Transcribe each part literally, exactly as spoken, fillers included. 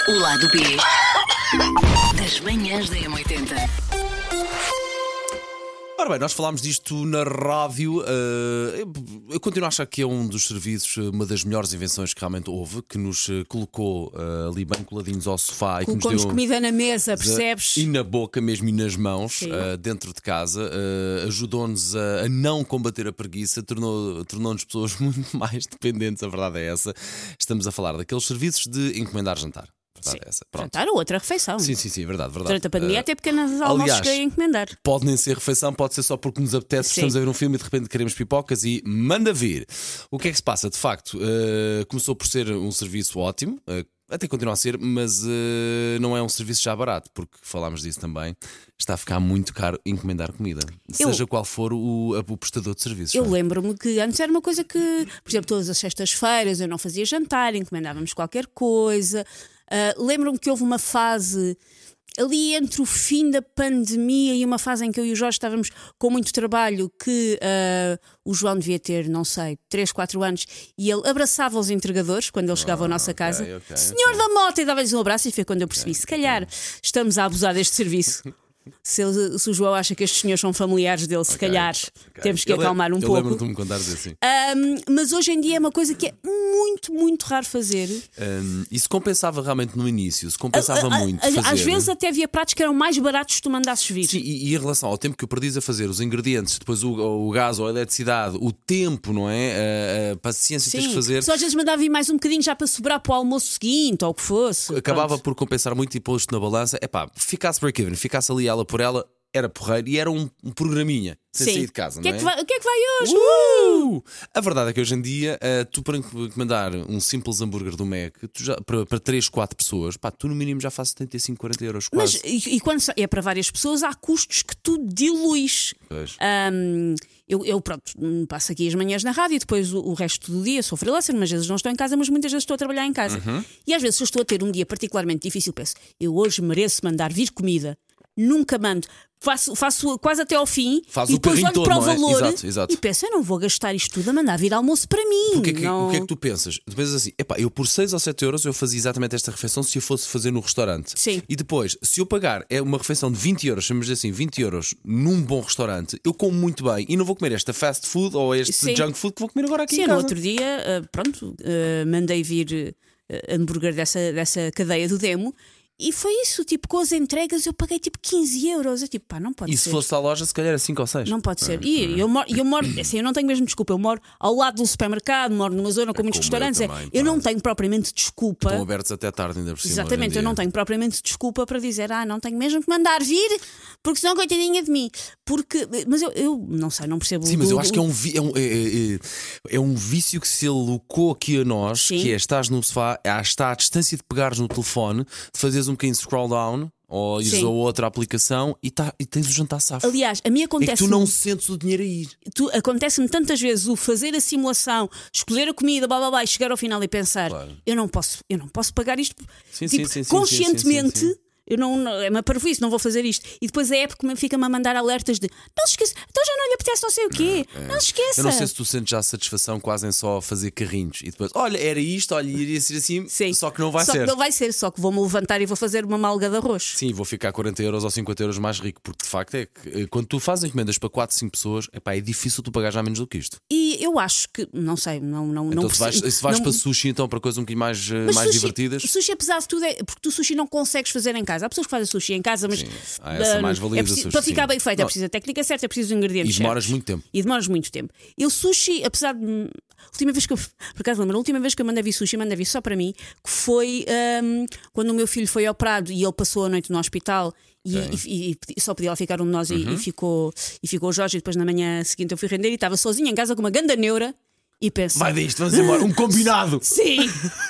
O lado B das manhãs da M oitenta. Ora bem, nós falámos disto na rádio. uh, Eu continuo a achar que é um dos serviços, uma das melhores invenções que realmente houve, que nos uh, colocou uh, ali bem coladinhos ao sofá e que nos Colocou-nos deu comida na mesa, percebes? e na boca mesmo e nas mãos, Sim. uh, dentro de casa. uh, Ajudou-nos a, a não combater a preguiça, tornou, tornou-nos pessoas muito mais dependentes, a verdade é essa. Estamos a falar daqueles serviços de encomendar jantar. A verdade Sim. é essa. Pronto. Jantar ou outra refeição. Sim, sim, sim, verdade, verdade. Durante a pandemia, Uh, até pequenas almoços aliás, cheguei a encomendar. Pode nem ser refeição, pode ser só porque nos apetece, Sim. estamos a ver um filme e de repente queremos pipocas e manda vir. O que é que se passa? De facto, uh, começou por ser um serviço ótimo, uh, até continua a ser, mas uh, não é um serviço já barato, porque falámos disso também. Está a ficar muito caro encomendar comida, Eu- seja qual for o, o prestador de serviços. Eu não é? lembro-me que antes era uma coisa que, por exemplo, todas as sextas-feiras eu não fazia jantar, encomendávamos qualquer coisa. Ah, lembro-me que houve uma fase ali entre o fim da pandemia e uma fase em que eu e o Jorge estávamos com muito trabalho, que ah, o João devia ter, não sei, três, quatro anos, e ele abraçava os entregadores quando eles chegavam à nossa casa. Ah, ok, Senhor ok. da moto, e dava-lhes um abraço, e foi quando eu percebi, se calhar estamos a abusar deste serviço. Se, ele- se o João acha que estes senhores são familiares dele, se Ok, calhar ok. temos que Eu le- acalmar um eu pouco. lembro-me de me contares assim. Um, mas hoje em dia é uma coisa que é muito, muito raro fazer. Um, isso compensava realmente no início, se compensava A- a- muito. a- fazer. Às vezes até havia pratos que eram mais baratos se tu mandasses vir. Sim, e, e em relação ao tempo que eu perdias a fazer os ingredientes, depois o, o gás ou a eletricidade, o tempo, não é? A, a paciência que tens de fazer, Só às vezes mandava vir mais um bocadinho já para sobrar para o almoço seguinte ou o que fosse. acabava Pronto. por compensar muito e pô-lo-te na balança. É pá, ficasse break-even, ficasse ali ela por ela, era porreiro e era um, um programinha sem Sim. sair de casa, O que não é é? que vai, o que é que vai hoje? Uh! A verdade é que hoje em dia, uh, tu para encomendar um simples hambúrguer do Mac, tu já, para, para três, quatro pessoas, pá, tu no mínimo já fazes setenta e cinco, quarenta euros quase. Mas e, e quando é para várias pessoas, há custos que tu diluís. Pois. Um, eu, eu, pronto, hum, passo aqui as manhãs na rádio e depois o, o resto do dia sou freelancer, mas às vezes não estou em casa, mas muitas vezes estou a trabalhar em casa. Uhum. E às vezes, se eu estou a ter um dia particularmente difícil, penso, eu hoje mereço mandar vir comida. Nunca mando. Faço, faço quase até ao fim Faz e o depois carrinho olho para o todo, não é? valor Exato, exato. e penso, eu não vou gastar isto tudo a mandar vir almoço para mim. O que, é que, não... o que é que tu pensas? Tu pensas assim, epá, eu por seis ou sete euros eu fazia exatamente esta refeição se eu fosse fazer no restaurante. Sim. E depois, se eu pagar é uma refeição de vinte euros, chamamos assim, vinte euros num bom restaurante, eu como muito bem e não vou comer esta fast food ou este Sim. junk food que vou comer agora aqui Sim, em no casa. outro dia, ah, pronto, ah, mandei vir ah, hambúrguer dessa, dessa cadeia do Demo. E foi isso, tipo, com as entregas eu paguei tipo quinze euros. Eu tipo, pá, não pode E ser. se fosse à loja, se calhar era cinco ou seis. Não pode ser. E eu moro, eu moro assim, eu não tenho mesmo desculpa. Eu moro ao lado do supermercado, moro numa zona com muitos como eu restaurantes. É, também, eu pá. não tenho propriamente desculpa. Estão abertos até tarde ainda por cima. Exatamente, hoje em eu não dia. tenho propriamente desculpa para dizer, ah, não tenho mesmo que mandar vir, porque senão coitadinha de mim. Porque, mas eu, eu não sei, não percebo. Sim, mas do- eu acho que é um, vi- é, um, é, é- é um vício que se alocou aqui a nós, Sim. que é estás no sofá, ah, está à distância de pegares no telefone, de fazeres um bocadinho de scroll down ou ires Sim. a outra aplicação e, tá, e tens o jantar safo. Aliás, a mim É que acontece. tu não sentes o dinheiro a ir. tu- acontece-me tantas vezes o fazer a simulação, escolher a comida, blá blá blá, e chegar ao final e pensar, Claro. eu não posso, eu não posso pagar isto. Sim, Tipo, sim, sim, sim, conscientemente. sim, sim, sim. Eu não, não, é uma parvoíce, não vou fazer isto. E depois a app que fica-me a mandar alertas de não se esqueça, então já não lhe apetece não sei o quê, não, se esqueça. Eu não sei se tu sentes já a satisfação quase em só fazer carrinhos e depois, olha, era isto, olha, iria ser assim, Sim. só que não vai só ser. que não vai ser, só que vou-me levantar e vou fazer uma malga de arroz. Sim, vou ficar quarenta euros ou cinquenta euros mais rico, porque de facto é que eh, quando tu fazes encomendas para quatro, cinco pessoas, epá, é difícil tu pagar já menos do que isto. E eu acho que, não sei, não, não, não Então se vais, percebo- se vais não- para sushi, então para coisas um bocadinho mais, eh, Mas mais sushi, divertidas. Sushi, apesar de tudo, é porque tu sushi não consegues fazer em casa. Há pessoas que fazem sushi em casa, mas Sim, há essa hum, mais-valia é do preciso- sushi, para ficar sim. bem feito, é Não. preciso a técnica certa, é preciso os ingredientes E demoras certos. muito tempo. E demoras muito tempo. Eu sushi, apesar de. A última vez que eu. Por acaso lembro, a última vez que eu mandei vir sushi, mandei vir só para mim, que foi hum, quando o meu filho foi operado e ele passou a noite no hospital. E, e- e só podia lá ficar um de nós e- Uhum. e, ficou, e ficou o Jorge. E depois na manhã seguinte eu fui render e estava sozinha em casa com uma ganda neura. E penso, Vai disto, vamos embora. Um combinado. sim,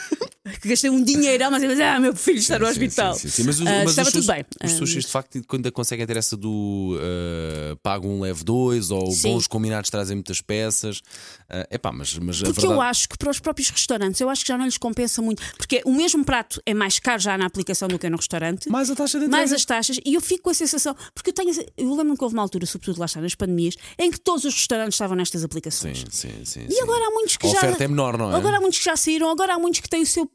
que gastei um dinheirão, mas eu pensei, ah, meu filho está no Sim, hospital. sim, sim, sim. Mas, o- Ah, mas estava os, tudo sushi- bem. os Ah, sushis de facto quando conseguem ter essa do uh, pago um, leve dois, ou Sim. bons combinados trazem muitas peças. É uh, epá, mas, mas a Porque verdade... eu acho que para os próprios restaurantes, eu acho que já não lhes compensa muito. Porque o mesmo prato é mais caro já na aplicação do que no restaurante. Mais a taxa de Mais entrega. as taxas, e eu fico com a sensação, porque eu tenho, eu lembro-me que houve uma altura, sobretudo lá está nas pandemias, em que todos os restaurantes estavam nestas aplicações. Sim, sim, sim. E sim. agora há muitos que A já. oferta é menor, não é? Agora há muitos que já saíram, agora há muitos que têm o seu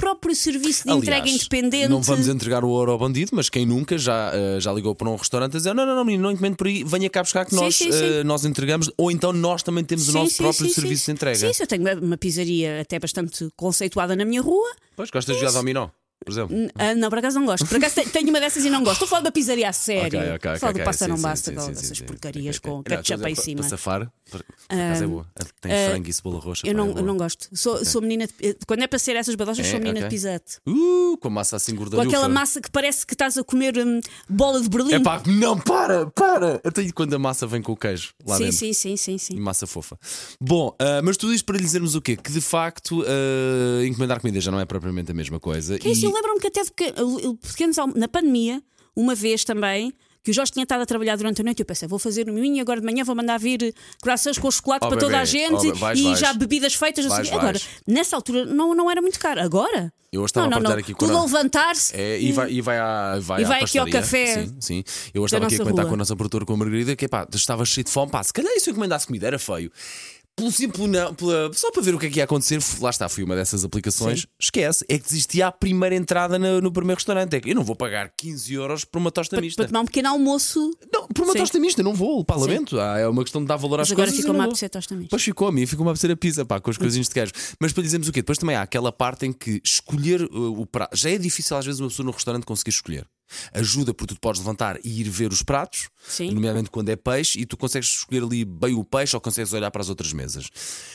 próprio serviço de Aliás, entrega independente. Não vamos entregar o ouro ao bandido, mas quem nunca já, uh, já ligou para um restaurante a dizer: não, não, não, menino, não encomendo por aí, venha cá buscar que Sim, nós, sim, uh, sim. nós entregamos, ou então nós também temos Sim, o nosso sim, próprio sim, serviço sim. de entrega. Sim, sim, eu tenho uma, uma pizzaria até bastante conceituada na minha rua. Pois, gostas de jogar dominó, por exemplo? Ah, não, por acaso não gosto. Por acaso te- tenho uma dessas e não gosto. Estou a falar da pizzaria a sério. Ok, ok, ok, Falo do ok. pasta Sim, não sim, basta, sim, com sim, essas sim, sim. porcarias Ok, com ok. Não, ketchup estou a em dizer, cima. Para safar, por por acaso é boa. Tem frango e cebola roxa. Eu pá, não, é eu boa. não gosto. Sou, sou menina de, quando é para ser essas badosas, É, sou menina ok. de pisete. Uh, com a massa assim Com gordalhufa. aquela massa que parece que estás a comer hum, bola de Berlim. É pá, não, para, para! Até aí quando a massa vem com o queijo lá sim, dentro. sim, sim, sim, E sim. massa fofa. Bom, ah, mas tudo isto para lhe dizermos o quê? Que de facto ah, encomendar comida já não é propriamente a mesma coisa. Que é isso, e... eu lembro-me que até de pequ- eu- eu- pequenos almo- na pandemia, uma vez também, que o Jorge tinha estado a trabalhar durante a noite, eu pensei, vou fazer no mim e agora de manhã vou mandar vir corações com chocolate Oh, para bebê, toda a gente oh, bebê, vais, e vais. já bebidas feitas. Não sei Vais, o quê. Agora, vais. nessa altura não, não era muito caro. Agora? Eu hoje estava não, a não, partilhar não. aqui com Tudo a- a levantar-se. É, e vai, e vai, à, vai, E à vai aqui ao pastaria. café Sim, sim. Eu hoje estava aqui a nossa comentar rua. com a nossa produtora, com a Margarida, que pá, estava cheio de fome. Pá, se calhar se eu encomendasse comida era feio. Pelo simples não, pela- só para ver o que é que ia acontecer, lá está, fui uma dessas aplicações. Sim. Esquece, é que desistia a primeira entrada no, no primeiro restaurante. É que eu não vou pagar quinze euros por uma tosta Para, mista. para tomar um pequeno almoço. Não, por uma Sim. tosta mista, não vou, pá, lamento. Ah, é uma questão de dar valor às Mas agora coisas. ficou eu não uma vou. apetecer tosta mista. Depois ficou a mim, ficou uma a apetecer a pizza, pá, com as coisinhas de queijo. Mas para dizermos o quê? Depois também há aquela parte em que escolher uh, o prato. Já é difícil às vezes uma pessoa no restaurante conseguir escolher. Ajuda porque tu te podes levantar e ir ver os pratos, Sim. nomeadamente quando é peixe, e tu consegues escolher ali bem o peixe ou consegues olhar para as outras mesas.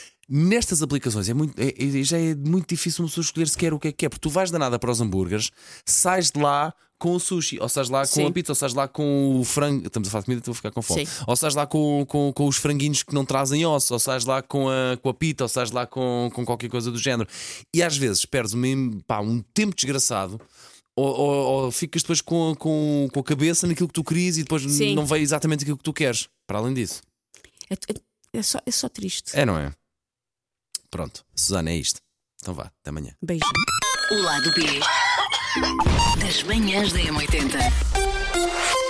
Nestas aplicações é muito, é- é- já é muito difícil uma pessoa escolher sequer o que é que é, porque tu vais danada para os hambúrgueres, sais de lá com o sushi, ou sais lá com Sim. a pizza, ou sais lá com o frango. Estamos a falar de comida, estou a ficar com fome. Sim. Ou sais lá com, com, com os franguinhos que não trazem osso, ou sais lá com a, com a pita, ou sais lá com, com qualquer coisa do género. E às vezes perdes um, pá, um tempo desgraçado. Ou, ou, ou ficas depois com, com, com a cabeça naquilo que tu querias e depois Sim. não veio exatamente aquilo que tu queres. Para além disso, É, é- é só, é só triste. é, não é? Pronto, Susana, é isto. Então vá, até amanhã. Beijo. O lado B das manhãs da M oitenta.